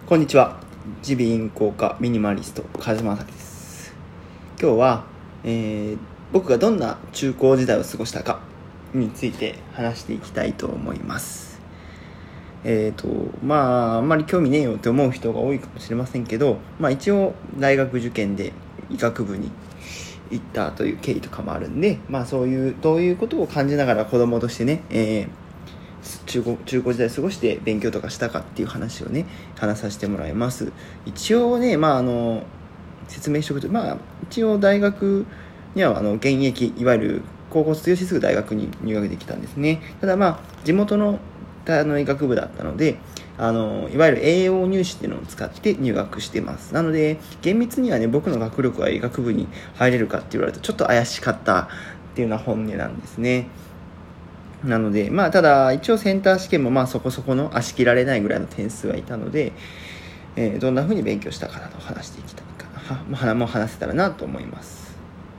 こんにちは。耳鼻咽喉科ミニマリスト風間正樹です。今日は、僕がどんな中高時代を過ごしたかについて話していきたいと思います。あんまり興味ねえよって思う人が多いかもしれませんけど、一応大学受験で医学部に行ったという経緯とかもあるんで、そういうどういうことを感じながら子供としてね、中高時代過ごして勉強とかしたかっていう話をね話させてもらいます。一応ね説明しておくと、一応大学には現役いわゆる高校卒業してすぐ大学に入学できたんですね。ただ地元の医学部だったのでいわゆる栄養入試っていうのを使って入学してます。なので厳密にはね僕の学力は医学部に入れるかって言われるとちょっと怪しかったっていうのは本音なんですね。なのでただ一応センター試験もそこそこの足切られないぐらいの点数はいたので、どんな風に勉強したかなと話していきたいかな、もう話せたらなと思います。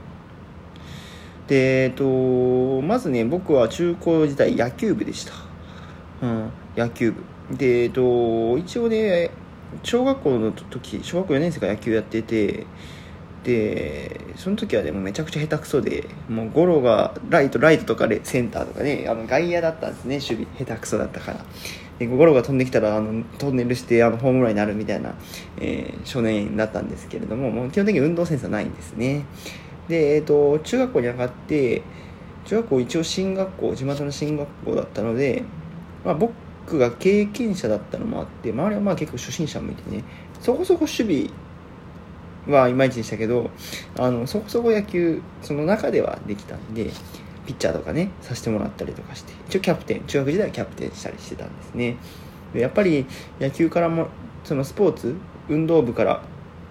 でまずね僕は中高時代野球部でした。野球部で一応ね小学校4年生から野球やってて、でその時はでもめちゃくちゃ下手くそで、もうゴロがライトとかでセンターとかね外野だったんですね。守備下手くそだったから、でゴロが飛んできたらトンネルしてホームランになるみたいな、少年だったんですけれども、もう基本的に運動センスはないんですね。で中学校に上がって中学校一応地元の進学校だったので、僕が経験者だったのもあって周りは結構初心者もいてね、そこそこ守備はいまいちでしたけどそこそこ野球その中ではできたんでピッチャーとかねさせてもらったりとかして、一応中学時代はキャプテンしたりしてたんですね。でやっぱり野球からもそのスポーツ運動部から、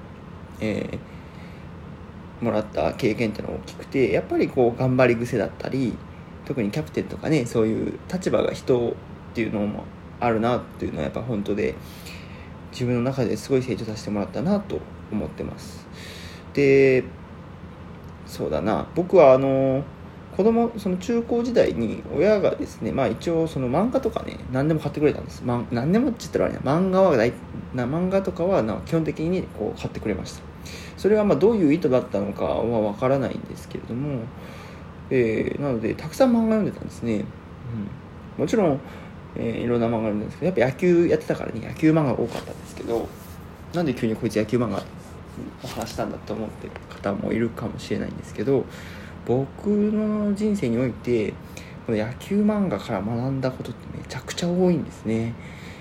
もらった経験っていうのが大きくて、やっぱり頑張り癖だったり、特にキャプテンとかねそういう立場が人っていうのもあるなっていうのはやっぱ本当で自分の中ですごい成長させてもらったなと思ってます。でそうだな、僕はその中高時代に親がですね一応その漫画とかね何でも買ってくれたんです。何でもって言ったらね漫画とかは基本的に買ってくれました。それはどういう意図だったのかは分からないんですけれども、なのでたくさん漫画読んでたんですね。もちろんいろんな漫画読んでるんですけど、やっぱ野球やってたからね野球漫画が多かったんですけど、なんで急にこいつ野球漫画を話したんだと思ってる方もいるかもしれないんですけど、僕の人生においてこの野球漫画から学んだことってめちゃくちゃ多いんですね。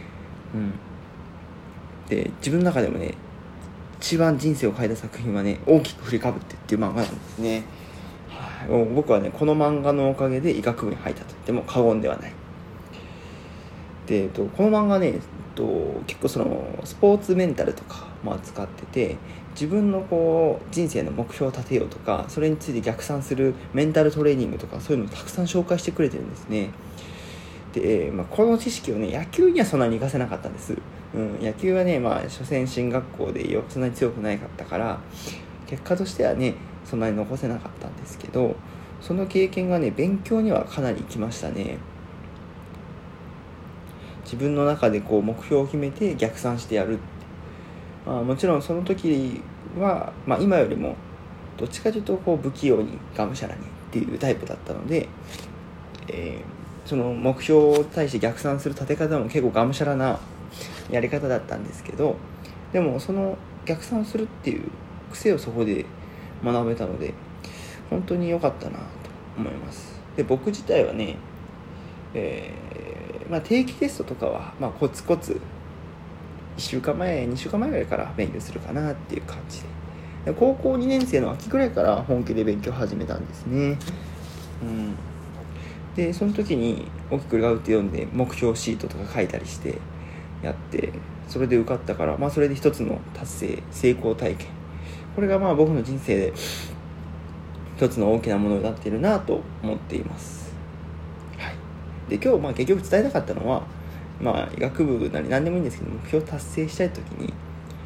で自分の中でもね一番人生を変えた作品はね大きく振りかぶってっていう漫画なんですね。僕はねこの漫画のおかげで医学部に入ったと言っても過言ではない。でこの漫画ね結構そのスポーツメンタルとかも扱ってて、自分の人生の目標を立てようとかそれについて逆算するメンタルトレーニングとかそういうのをたくさん紹介してくれてるんですね。で、この知識をね野球にはそんなに活かせなかったんです。野球はね所詮進学校でそんなに強くないかったから結果としてはねそんなに残せなかったんですけど、その経験がね勉強にはかなり生きましたね。自分の中で目標を決めて逆算してやるって、もちろんその時は、今よりもどっちかというと不器用にがむしゃらにっていうタイプだったので、その目標に対して逆算する立て方も結構がむしゃらなやり方だったんですけど、でもその逆算するっていう癖をそこで学べたので本当に良かったなと思います。で僕自体はね、定期テストとかはコツコツ2週間前ぐらいから勉強するかなっていう感じで、高校2年生の秋ぐらいから本気で勉強始めたんですね。でその時に大きくラウって読んで目標シートとか書いたりしてやって、それで受かったから、それで一つの成功体験、これが僕の人生で一つの大きなものになっているなと思っています。で今日結局伝えたかったのは、医学部なり何でもいいんですけど目標を達成したい時に、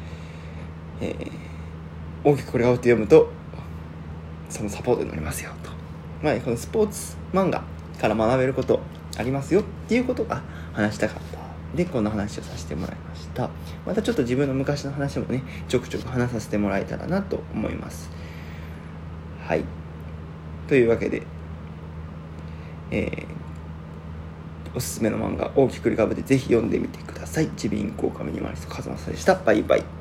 大きくこれをって読むとそのサポートになりますよと、このスポーツ漫画から学べることありますよっていうことが話したかったでこの話をさせてもらいました。またちょっと自分の昔の話もねちょくちょく話させてもらえたらなと思います。はい、というわけで、おすすめの漫画大きくリカブでぜひ読んでみてください。ちびんこうかミニマリストカズマサでした。バイバイ。